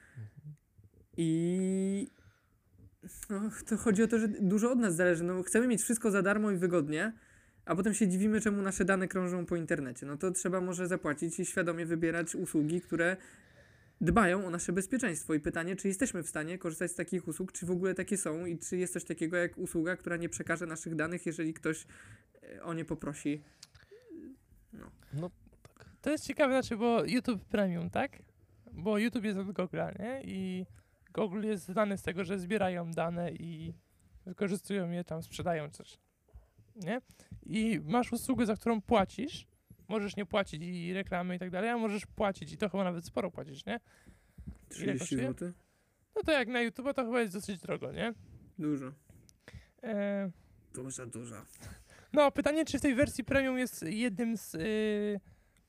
i no, to chodzi o to, że dużo od nas zależy. No, chcemy mieć wszystko za darmo i wygodnie, a potem się dziwimy, czemu nasze dane krążą po internecie. No to trzeba może zapłacić i świadomie wybierać usługi, które dbają o nasze bezpieczeństwo. I pytanie, czy jesteśmy w stanie korzystać z takich usług, czy w ogóle takie są i czy jest coś takiego jak usługa, która nie przekaże naszych danych, jeżeli ktoś o nie poprosi. No. No, To jest ciekawe, znaczy, bo YouTube Premium, tak? Bo YouTube jest od Google'a, nie? I Google jest znany z tego, że zbierają dane i wykorzystują je, tam sprzedają coś, nie? I masz usługę, za którą płacisz, możesz nie płacić i reklamy i tak dalej, a możesz płacić i to chyba nawet sporo płacisz, nie? trzydzieści złotych? No to jak na YouTube to chyba jest dosyć drogo, nie? Dużo. E... Dużo, dużo. No, pytanie, czy w tej wersji premium jest jednym z, yy,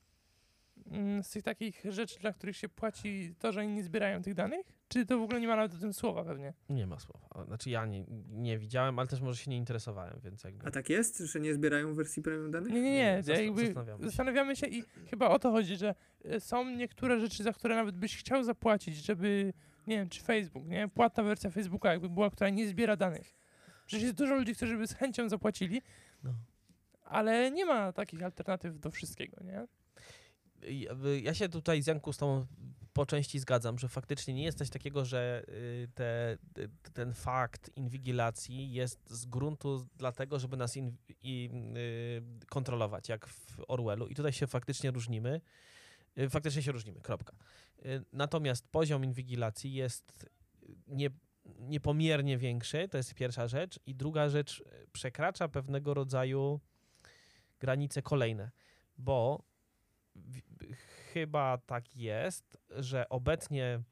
yy, z tych takich rzeczy, dla których się płaci to, że oni nie zbierają tych danych? Czy to w ogóle nie ma nawet o tym słowa pewnie? nie ma słowa. Znaczy ja nie, nie widziałem, ale też może się nie interesowałem, więc jakby... A tak jest, że nie zbierają w wersji premium danych? Nie, nie, nie. Nie, zastan- jakby zastanawiamy się. zastanawiamy się i chyba o to chodzi, że y, są niektóre rzeczy, za które nawet byś chciał zapłacić, żeby, nie wiem, czy Facebook, nie? Płatna wersja Facebooka jakby była, która nie zbiera danych. Przecież jest dużo ludzi, którzy by z chęcią zapłacili, No. ale nie ma takich alternatyw do wszystkiego, nie? Ja- Ja się tutaj z Janku z tobą po części zgadzam, że faktycznie nie jest coś takiego, że y, te, y, ten fakt inwigilacji jest z gruntu dlatego, żeby nas in, i, y, kontrolować, jak w Orwellu. I tutaj się faktycznie różnimy. Y, Faktycznie się różnimy, kropka. Y, Natomiast poziom inwigilacji jest nie, niepomiernie większy, to jest pierwsza rzecz. I druga rzecz, y, przekracza pewnego rodzaju granice kolejne, bo w, chyba tak jest, że obecnie,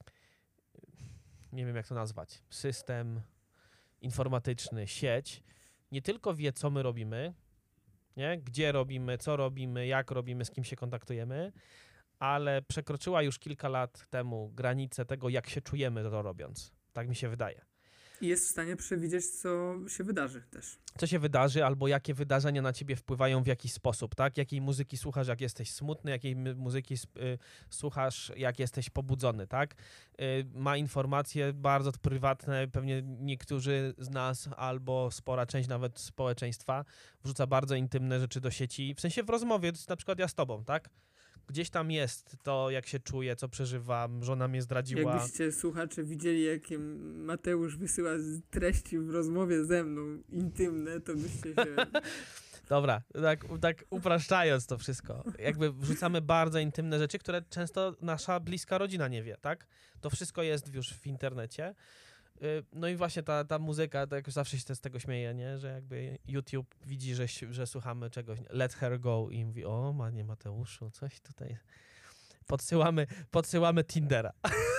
nie wiem jak to nazwać, system informatyczny, sieć, nie tylko wie, co my robimy, nie? Gdzie robimy, co robimy, jak robimy, z kim się kontaktujemy, ale przekroczyła już kilka lat temu granicę tego, jak się czujemy to robiąc. Tak mi się wydaje. I jest w stanie przewidzieć, co się wydarzy też. Co się wydarzy, albo jakie wydarzenia na ciebie wpływają w jakiś sposób, tak? Jakiej muzyki słuchasz, jak jesteś smutny, jakiej my- muzyki sp- y, słuchasz, jak jesteś pobudzony, tak? Y, ma informacje bardzo prywatne, pewnie niektórzy z nas, albo spora część nawet społeczeństwa wrzuca bardzo intymne rzeczy do sieci, w sensie w rozmowie, na przykład ja z tobą, tak? Gdzieś tam jest to, jak się czuję, co przeżywam, żona mnie zdradziła. Jakbyście słuchacze widzieli, jakie Mateusz wysyła z treści w rozmowie ze mną intymne, to byście się... Dobra, tak, tak upraszczając to wszystko, jakby wrzucamy bardzo intymne rzeczy, które często nasza bliska rodzina nie wie, tak? To wszystko jest już w internecie. Y, No i właśnie ta, ta muzyka, tak jak zawsze się z tego śmieję, nie? Że jakby YouTube widzi, że, ś- że słuchamy czegoś, Let Her Go i mówi, o, panie Mateuszu, coś tutaj... Podsyłamy, podsyłamy Tindera.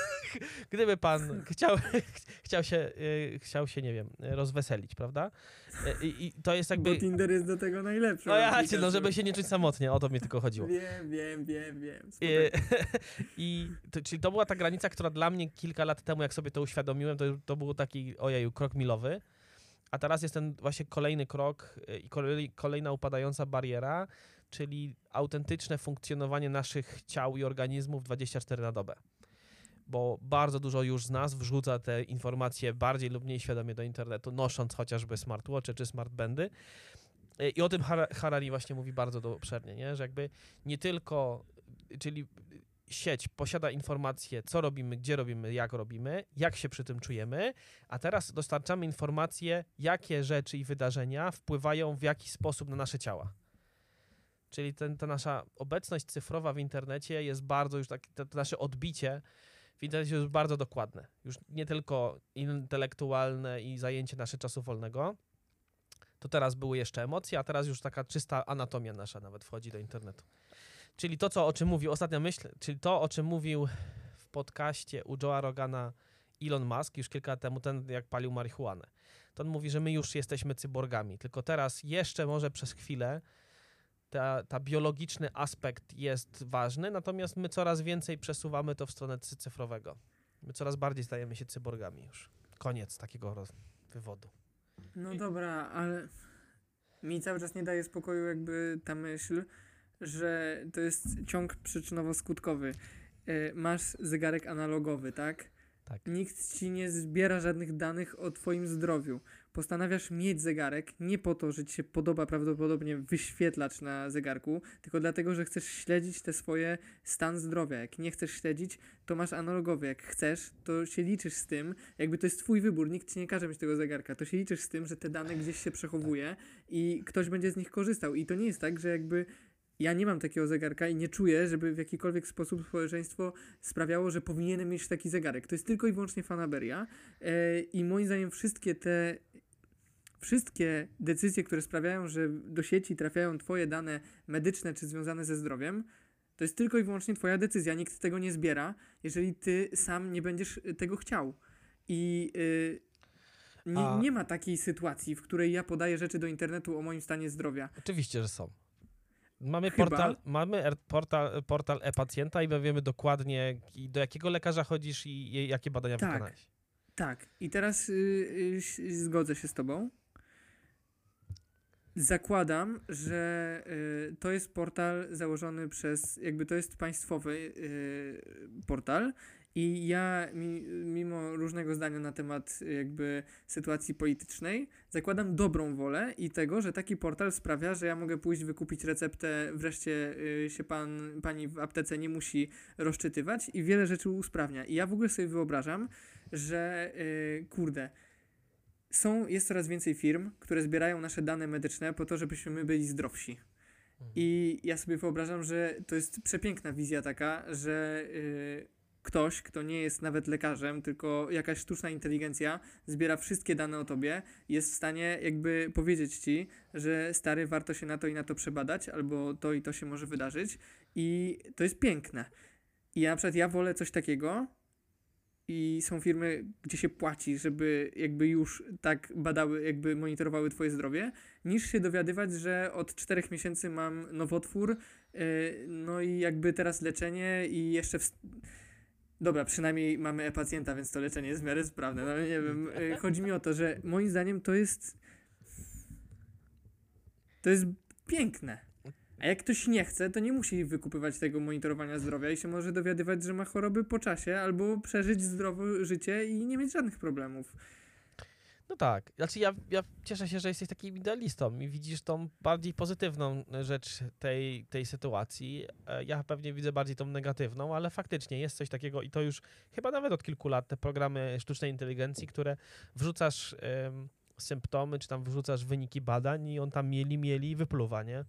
Gdyby pan chciał, chciał, się, y, chciał się, nie wiem, rozweselić, prawda? Y, I, i to jest jakby... Bo Tinder jest do tego najlepszy. No ja cię, no żeby się nie czuć samotnie, o to mi tylko chodziło. Wiem, wiem, wiem, wiem. I, Spokojnie. i to, czyli to była ta granica, która dla mnie kilka lat temu, jak sobie to uświadomiłem, to, to był taki, ojeju, krok milowy. A teraz jest ten właśnie kolejny krok y, i kolej, kolejna upadająca bariera, czyli autentyczne funkcjonowanie naszych ciał i organizmów dwadzieścia cztery na dobę. Bo bardzo dużo już z nas wrzuca te informacje bardziej lub mniej świadomie do internetu, nosząc chociażby smartwatche czy smartbandy. Y, I o tym Har- Harari właśnie mówi bardzo do- obszernie, nie? Że jakby nie tylko, czyli sieć posiada informacje, co robimy, gdzie robimy, jak robimy, jak się przy tym czujemy, a teraz dostarczamy informacje, jakie rzeczy i wydarzenia wpływają w jakiś sposób na nasze ciała. Czyli ten, ta nasza obecność cyfrowa w internecie jest bardzo już tak, to, to nasze odbicie w internecie jest bardzo dokładne. Już nie tylko intelektualne i zajęcie nasze czasu wolnego, to teraz były jeszcze emocje, a teraz już taka czysta anatomia nasza nawet wchodzi do internetu. Czyli to, co, o czym mówił, ostatnia myśl, czyli to, o czym mówił w podcaście u Joe'a Rogana Elon Musk już kilka lat temu, ten jak palił marihuanę. To on mówi, że my już jesteśmy cyborgami, tylko teraz jeszcze może przez chwilę ta, ta biologiczny aspekt jest ważny, natomiast my coraz więcej przesuwamy to w stronę cy- cyfrowego. My coraz bardziej stajemy się cyborgami już. Koniec takiego roz- wywodu. No dobra, ale mi cały czas nie daje spokoju jakby ta myśl, że to jest ciąg przyczynowo-skutkowy. E, Masz zegarek analogowy, tak? Tak. Nikt ci nie zbiera żadnych danych o twoim zdrowiu. Postanawiasz mieć zegarek nie po to, że ci się podoba prawdopodobnie wyświetlacz na zegarku, tylko dlatego, że chcesz śledzić te swoje stan zdrowia. Jak nie chcesz śledzić, to masz analogowy. Jak chcesz, to się liczysz z tym, jakby to jest twój wybór, nikt ci nie każe mieć tego zegarka, to się liczysz z tym, że te dane gdzieś się przechowuje i ktoś będzie z nich korzystał. I to nie jest tak, że jakby ja nie mam takiego zegarka i nie czuję, żeby w jakikolwiek sposób społeczeństwo sprawiało, że powinienem mieć taki zegarek. To jest tylko i wyłącznie fanaberia. E, I moim zdaniem wszystkie te wszystkie decyzje, które sprawiają, że do sieci trafiają twoje dane medyczne czy związane ze zdrowiem, to jest tylko i wyłącznie twoja decyzja. Nikt tego nie zbiera, jeżeli ty sam nie będziesz tego chciał. I y, nie, A- nie ma takiej sytuacji, w której ja podaję rzeczy do internetu o moim stanie zdrowia. Oczywiście, że są. Mamy Chyba. portal, mamy er- portal, portal e-pacjenta i my wiemy dokładnie, i do jakiego lekarza chodzisz i, i jakie badania Tak. wykonałeś. Tak, i teraz y, y, y, zgodzę się z tobą. Zakładam, że y, to jest portal założony przez, jakby to jest państwowy y, portal i ja mi, mimo różnego zdania na temat y, jakby sytuacji politycznej, zakładam dobrą wolę i tego, że taki portal sprawia, że ja mogę pójść wykupić receptę, wreszcie y, się pan, pani w aptece nie musi rozczytywać i wiele rzeczy usprawnia. I ja w ogóle sobie wyobrażam, że y, kurde, są, jest coraz więcej firm, które zbierają nasze dane medyczne po to, żebyśmy my byli zdrowsi. I ja sobie wyobrażam, że to jest przepiękna wizja taka, że y, ktoś, kto nie jest nawet lekarzem, tylko jakaś sztuczna inteligencja zbiera wszystkie dane o tobie, jest w stanie jakby powiedzieć ci, że stary, warto się na to i na to przebadać, albo to i to się może wydarzyć. I to jest piękne. I ja na przykład ja wolę coś takiego, i są firmy, gdzie się płaci, żeby jakby już tak badały, jakby monitorowały twoje zdrowie, niż się dowiadywać, że od czterech miesięcy mam nowotwór, yy, no i jakby teraz leczenie i jeszcze w... Dobra, przynajmniej mamy e-pacjenta, więc to leczenie jest w miarę sprawne. No nie wiem, y, chodzi mi o to, że moim zdaniem to jest... To jest piękne. A jak ktoś nie chce, to nie musi wykupywać tego monitorowania zdrowia i się może dowiadywać, że ma choroby po czasie, albo przeżyć zdrowe życie i nie mieć żadnych problemów. No tak, znaczy ja, ja cieszę się, że jesteś takim idealistą i widzisz tą bardziej pozytywną rzecz tej, tej sytuacji. E, Ja pewnie widzę bardziej tą negatywną, ale faktycznie jest coś takiego i to już chyba nawet od kilku lat, te programy sztucznej inteligencji, które wrzucasz em, symptomy, czy tam wrzucasz wyniki badań i on tam mieli, mieli i wypluwa, nie?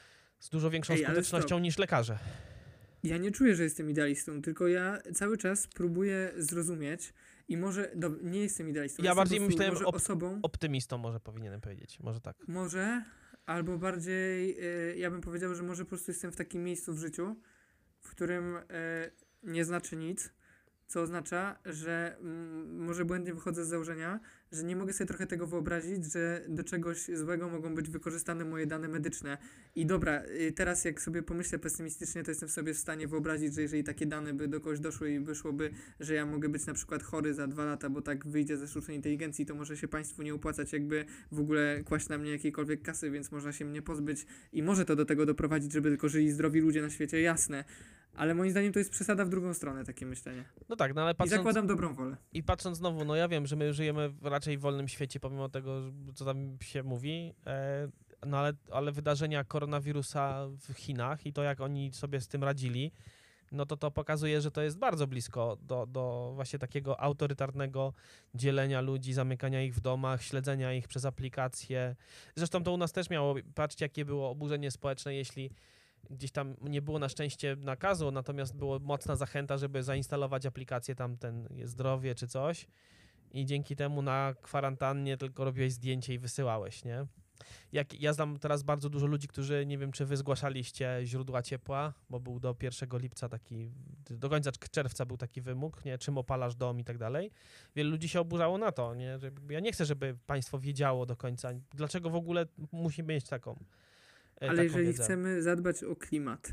Z dużo większą Ej, ale skutecznością stop. niż lekarze. Ja nie czuję, że jestem idealistą, tylko ja cały czas próbuję zrozumieć i może... Dob- nie jestem idealistą. Ja jestem bardziej po prostu myślałem może op- osobą... Optymistą może powinienem powiedzieć, może tak. Może, albo bardziej, y, ja bym powiedział, że może po prostu jestem w takim miejscu w życiu, w którym y, nie znaczy nic, co oznacza, że mm, może błędnie wychodzę z założenia, że nie mogę sobie trochę tego wyobrazić, że do czegoś złego mogą być wykorzystane moje dane medyczne. I dobra, y, teraz jak sobie pomyślę pesymistycznie, to jestem sobie w stanie wyobrazić, że jeżeli takie dane by do kogoś doszły i wyszłoby, że ja mogę być na przykład chory za dwa lata, bo tak wyjdzie ze sztucznej inteligencji, to może się państwu nie opłacać jakby w ogóle kłaść na mnie jakiejkolwiek kasy, więc można się mnie pozbyć i może to do tego doprowadzić, żeby tylko żyli zdrowi ludzie na świecie, jasne. Ale moim zdaniem to jest przesada w drugą stronę, takie myślenie. No tak, no ale I patrząc... zakładam dobrą wolę. I patrząc znowu, no ja wiem, że my żyjemy w raczej wolnym świecie, pomimo tego, że- co tam się mówi, e, no ale, ale wydarzenia koronawirusa w Chinach i to, jak oni sobie z tym radzili, no to to pokazuje, że to jest bardzo blisko do, do właśnie takiego autorytarnego dzielenia ludzi, zamykania ich w domach, śledzenia ich przez aplikacje. Zresztą to u nas też miało, patrzcie, jakie było oburzenie społeczne, jeśli gdzieś tam nie było na szczęście nakazu, natomiast była mocna zachęta, żeby zainstalować aplikację tam ten zdrowie czy coś i dzięki temu na kwarantannie tylko robiłeś zdjęcie i wysyłałeś, nie? Jak, ja znam teraz bardzo dużo ludzi, którzy, nie wiem, czy wy zgłaszaliście źródła ciepła, bo był do pierwszego lipca taki, do końca czerwca był taki wymóg, nie? Czym opalasz dom i tak dalej. Wielu ludzi się oburzało na to, nie? Że ja nie chcę, żeby państwo wiedziało do końca, dlaczego w ogóle musimy mieć taką e, Ale taką jeżeli wiedzę. chcemy zadbać o klimat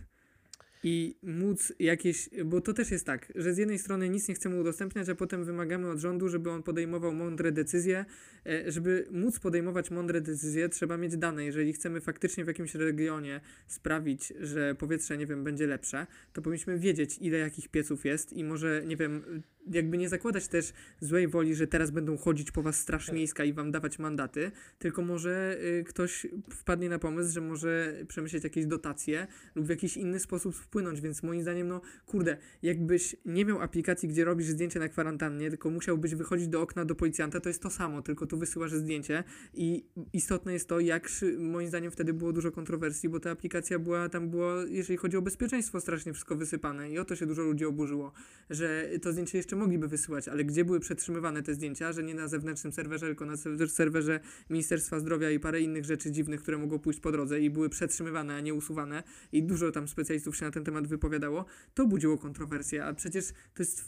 i móc jakieś, bo to też jest tak, że z jednej strony nic nie chcemy udostępniać, a potem wymagamy od rządu, żeby on podejmował mądre decyzje. E, Żeby móc podejmować mądre decyzje, trzeba mieć dane. Jeżeli chcemy faktycznie w jakimś regionie sprawić, że powietrze, nie wiem, będzie lepsze, to powinniśmy wiedzieć, ile jakich pieców jest i może, nie wiem, jakby nie zakładać też złej woli, że teraz będą chodzić po was Straż Miejska i wam dawać mandaty, tylko może y, ktoś wpadnie na pomysł, że może przemyśleć jakieś dotacje lub w jakiś inny sposób wpłynąć, więc moim zdaniem, no kurde, jakbyś nie miał aplikacji, gdzie robisz zdjęcie na kwarantannie, tylko musiałbyś wychodzić do okna do policjanta, to jest to samo, tylko tu wysyłasz zdjęcie i istotne jest to, jak szy- moim zdaniem wtedy było dużo kontrowersji, bo ta aplikacja była, tam było, jeżeli chodzi o bezpieczeństwo, strasznie wszystko wysypane i o to się dużo ludzi oburzyło, że to zdjęcie jeszcze mogliby wysyłać, ale gdzie były przetrzymywane te zdjęcia, że nie na zewnętrznym serwerze, tylko na serwer- serwerze Ministerstwa Zdrowia i parę innych rzeczy dziwnych, które mogą pójść po drodze i były przetrzymywane, a nie usuwane i dużo tam specjalistów się na ten temat wypowiadało, to budziło kontrowersje, a przecież to jest...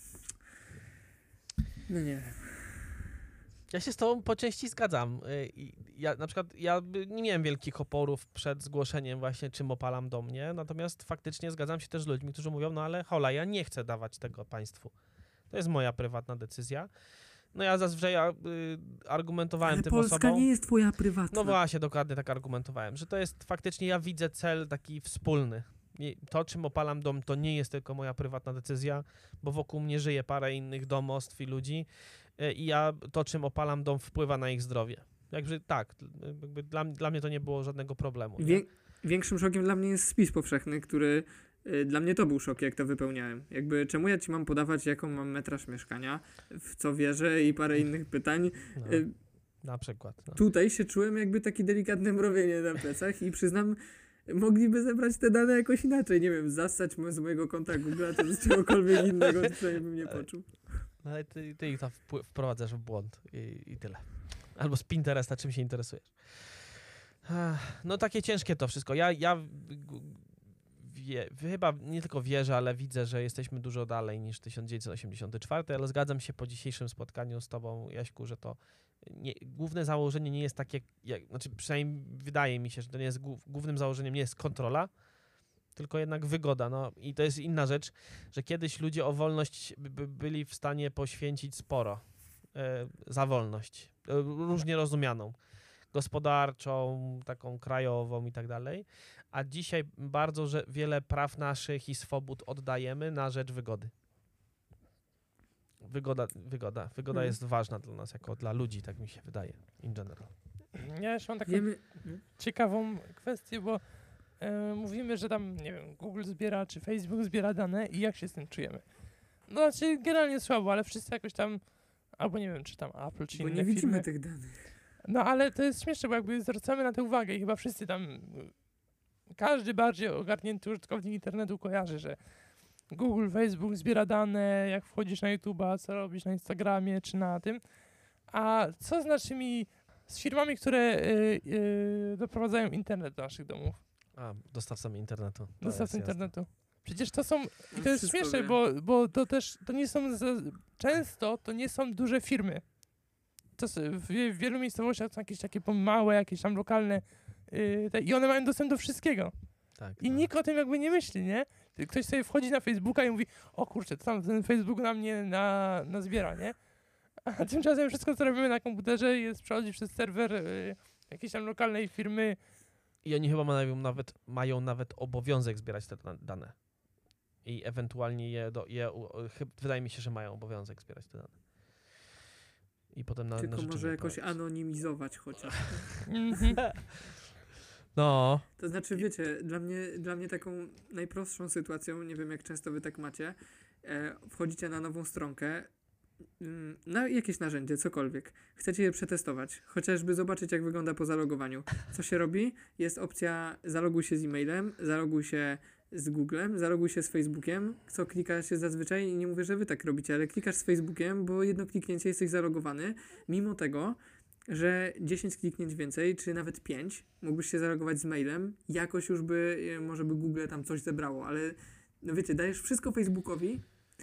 No nie wiem. Ja się z tobą po części zgadzam. Y, i Ja na przykład ja by- nie miałem wielkich oporów przed zgłoszeniem właśnie, czym opalam do mnie, natomiast faktycznie zgadzam się też z ludźmi, którzy mówią, no ale hola, ja nie chcę dawać tego państwu. To jest moja prywatna decyzja. No ja zazwyczaj a, y, argumentowałem Ale tym Polska osobom. nie jest twoja prywatna. No właśnie, dokładnie tak argumentowałem, że to jest faktycznie, ja widzę cel taki wspólny. Nie- To, czym opalam dom, to nie jest tylko moja prywatna decyzja, bo wokół mnie żyje parę innych domostw i ludzi y, i ja to, czym opalam dom, wpływa na ich zdrowie. Jakby tak, jakby dla, dla mnie to nie było żadnego problemu. Nie? Wię- większym szokiem dla mnie jest spis powszechny, który y, dla mnie to był szok, jak to wypełniałem. Jakby czemu ja ci mam podawać, jaką mam metraż mieszkania, w co wierzę i parę innych pytań. No, Y, na przykład. No. tutaj się czułem jakby taki delikatne mrowienie na plecach i przyznam, mogliby zebrać te dane jakoś inaczej. Nie wiem, zassać mo- z mojego konta Google, czy z czegokolwiek innego, przynajmniej bym nie poczuł. No, ale ty, ty ich tam wpły- wprowadzasz w błąd i, i tyle. Albo z Pinteresta, czym się interesujesz. Ach, no takie ciężkie to wszystko. Ja, ja g- wie, chyba nie tylko wierzę, ale widzę, że jesteśmy dużo dalej niż tysiąc dziewięćset osiemdziesiąty czwarty, ale zgadzam się po dzisiejszym spotkaniu z tobą, Jaśku, że to nie, główne założenie nie jest takie, jak, znaczy przynajmniej wydaje mi się, że to nie jest głów, głównym założeniem nie jest kontrola, tylko jednak wygoda. No i to jest inna rzecz, że kiedyś ludzie o wolność by, by byli w stanie poświęcić sporo e, za wolność, e, różnie rozumianą, gospodarczą, taką krajową i tak dalej, a dzisiaj bardzo że wiele praw naszych i swobód oddajemy na rzecz wygody. Wygoda, wygoda, wygoda Mhm. jest ważna dla nas, jako dla ludzi, tak mi się wydaje, in general. Ja jeszcze mam taką Wiemy... ciekawą kwestię, bo e, mówimy, że tam, nie wiem, Google zbiera, czy Facebook zbiera dane i jak się z tym czujemy. No znaczy generalnie słabo, ale wszyscy jakoś tam, albo nie wiem, czy tam Apple, czy Bo inne nie widzimy firmy. tych danych. No ale to jest śmieszne, bo jakby zwracamy na to uwagę i chyba wszyscy tam, każdy bardziej ogarnięty użytkownik internetu kojarzy, że Google, Facebook zbiera dane, jak wchodzisz na YouTube'a, co robisz na Instagramie, czy na tym. A co z naszymi, z firmami, które y, y, doprowadzają internet do naszych domów, A, dostawcami internetu. To dostawcy jest jasne. internetu? Przecież to są, i On to jest wszystko śmieszne, wie. bo, bo to też, to nie są, za, często to nie są duże firmy. To s- w, w wielu miejscowościach są jakieś takie małe, jakieś tam lokalne y, te, i one mają dostęp do wszystkiego. Tak, I no. nikt o tym jakby nie myśli, nie? Ktoś sobie wchodzi na Facebooka i mówi, o kurczę, to tam ten Facebook na mnie na, nazbiera, nie? A tymczasem wszystko, co robimy na komputerze jest przechodzi przez serwer y, jakiejś tam lokalnej firmy. I oni chyba mają nawet, mają nawet obowiązek zbierać te da- dane. I ewentualnie je, do, je u- chyb, wydaje mi się, że mają obowiązek zbierać te dane. I potem na, na Tylko rzeczy może jakoś wypłacać. anonimizować chociaż. Mhm. No, To znaczy, wiecie, dla mnie, dla mnie taką najprostszą sytuacją, nie wiem jak często wy tak macie, e, wchodzicie na nową stronkę, mm, na jakieś narzędzie, cokolwiek. Chcecie je przetestować, chociażby zobaczyć jak wygląda po zalogowaniu. Co się robi? Jest opcja zaloguj się z e-mailem, zaloguj się z Googlem, zaloguj się z Facebookiem, co klika się zazwyczaj, i nie mówię, że wy tak robicie, ale klikasz z Facebookiem, bo jedno kliknięcie jesteś zalogowany, mimo tego, że dziesięć kliknięć więcej, czy nawet pięć, mógłbyś się zalogować z mailem, jakoś już by, e, może by Google tam coś zebrało, ale no wiecie, dajesz wszystko Facebookowi,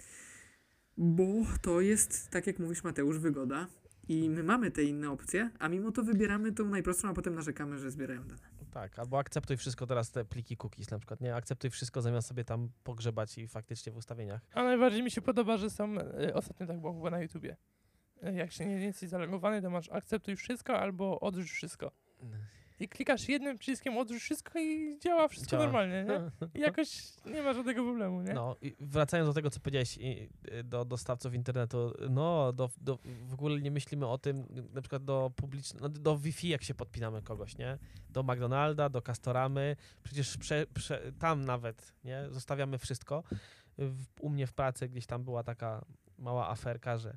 bo to jest, tak jak mówisz Mateusz, wygoda i my mamy te inne opcje, a mimo to wybieramy tą najprostszą, a potem narzekamy, że zbierają dane. tak, albo akceptuj wszystko teraz, te pliki cookies na przykład, nie? Akceptuj wszystko zamiast sobie tam pogrzebać i faktycznie w ustawieniach. A najbardziej mi się podoba, że są, y, ostatnio tak było chyba na YouTubie. Y, Jak się nie jesteś zalogowany, to masz akceptuj wszystko albo odrzuć wszystko. I klikasz jednym przyciskiem odrzuć wszystko i działa wszystko Działa. normalnie, nie? I jakoś nie ma żadnego problemu, nie? No, i wracając do tego, co powiedziałeś i, y, do dostawców internetu, no, do, do, w ogóle nie myślimy o tym, na przykład do publicznego, no, do Wi-Fi, jak się podpinamy kogoś, nie? Do McDonalda, do Castoramy, przecież prze, prze, tam nawet, nie? Zostawiamy wszystko. W, u mnie w pracy gdzieś tam była taka mała aferka, że,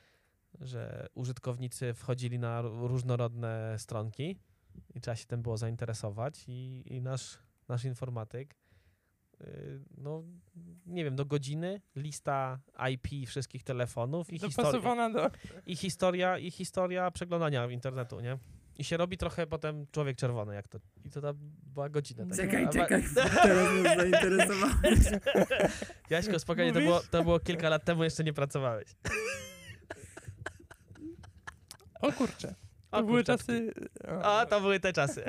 że użytkownicy wchodzili na r- różnorodne stronki i trzeba się tym było zainteresować i, i nasz, nasz informatyk y, no, nie wiem, do godziny, lista I P wszystkich telefonów i historia, Dopasowana do... i historia, i historia przeglądania internetu, nie? I się robi trochę potem człowiek czerwony, jak to. I to tam była godzina. taka. Czekaj, A- czekaj, teraz mnie zainteresowałeś. Jaśko, spokojnie, to Mówisz? było, to było kilka lat temu, jeszcze nie pracowałeś. O kurczę. To O, były kurczaczki. czasy... A, to były te czasy.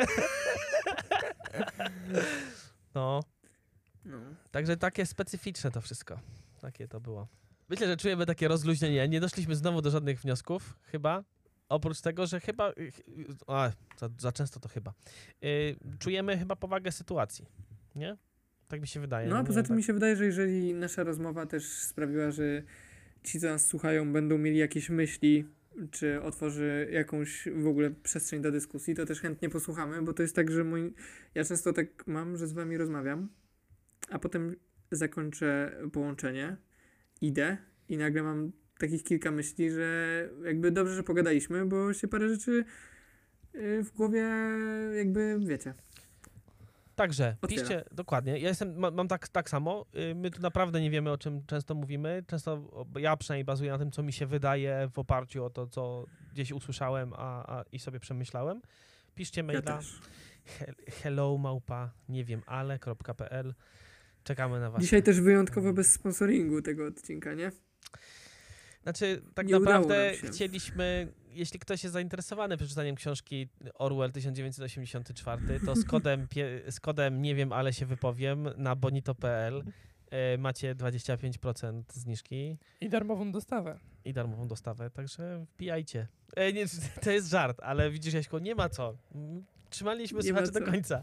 No, No. także takie specyficzne to wszystko. Takie to było. Myślę, że czujemy takie rozluźnienie. Nie doszliśmy znowu do żadnych wniosków, chyba. Oprócz tego, że chyba... A, za, za często to chyba. Yy, czujemy chyba powagę sytuacji, nie? Tak mi się wydaje. No a nie poza wiem, tym tak. mi się wydaje, że jeżeli nasza rozmowa też sprawiła, że ci, co nas słuchają, będą mieli jakieś myśli, czy otworzy jakąś w ogóle przestrzeń do dyskusji, to też chętnie posłuchamy, bo to jest tak, że mój... ja często tak mam, że z wami rozmawiam, a potem zakończę połączenie, idę i nagle mam takich kilka myśli, że jakby dobrze, że pogadaliśmy, bo się parę rzeczy yy, w głowie jakby, wiecie... Także, Otwiera. piszcie, dokładnie. Ja jestem, ma, mam tak, tak samo. Y, My tu naprawdę nie wiemy, o czym często mówimy. Często o- ja przynajmniej bazuję na tym, co mi się wydaje w oparciu o to, co gdzieś usłyszałem a, a, i sobie przemyślałem. Piszcie Ja maila też. he, hello małpa nie wiem ale kropka p l. Czekamy na was. Dzisiaj też wyjątkowo bez sponsoringu tego odcinka, nie? Znaczy, tak Nie udało naprawdę nam się. chcieliśmy, jeśli ktoś jest zainteresowany przeczytaniem książki Orwell tysiąc dziewięćset osiemdziesiąty czwarty, to z kodem, pie, z kodem nie wiem, ale się wypowiem na bonito kropka p l e, macie dwadzieścia pięć procent zniżki I darmową dostawę. i darmową dostawę, także wbijajcie. E, nie, to jest żart, ale widzisz, Jaśku, nie ma co. Mm, Trzymaliśmy Nie ma słuchaczy do co. końca.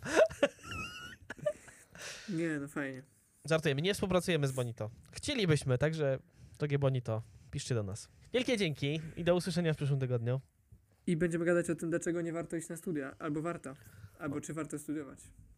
Nie, no fajnie. Żartujemy, nie współpracujemy z Bonito. Chcielibyśmy, także drogie Bonito, piszcie do nas. Wielkie dzięki i do usłyszenia w przyszłym tygodniu. I będziemy gadać o tym, dlaczego nie warto iść na studia. Albo warto. Albo czy warto studiować.